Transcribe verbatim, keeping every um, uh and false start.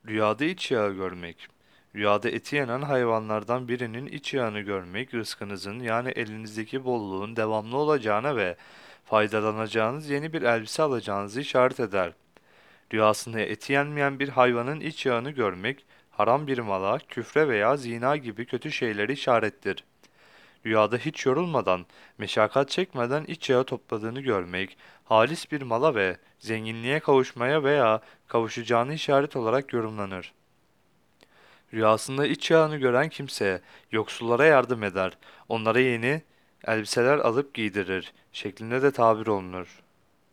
Rüyada iç yağı görmek. Rüyada eti yenen hayvanlardan birinin iç yağını görmek, rızkınızın yani elinizdeki bolluğun devamlı olacağına ve faydalanacağınız yeni bir elbise alacağınızı işaret eder. Rüyasında eti yenmeyen bir hayvanın iç yağını görmek, haram bir mala, küfre veya zina gibi kötü şeyleri işarettir. Rüyada hiç yorulmadan, meşakkat çekmeden iç yağı topladığını görmek, halis bir mala ve zenginliğe kavuşmaya veya kavuşacağını işaret olarak yorumlanır. Rüyasında iç yağını gören kimse yoksullara yardım eder, onlara yeni elbiseler alıp giydirir şeklinde de tabir olunur.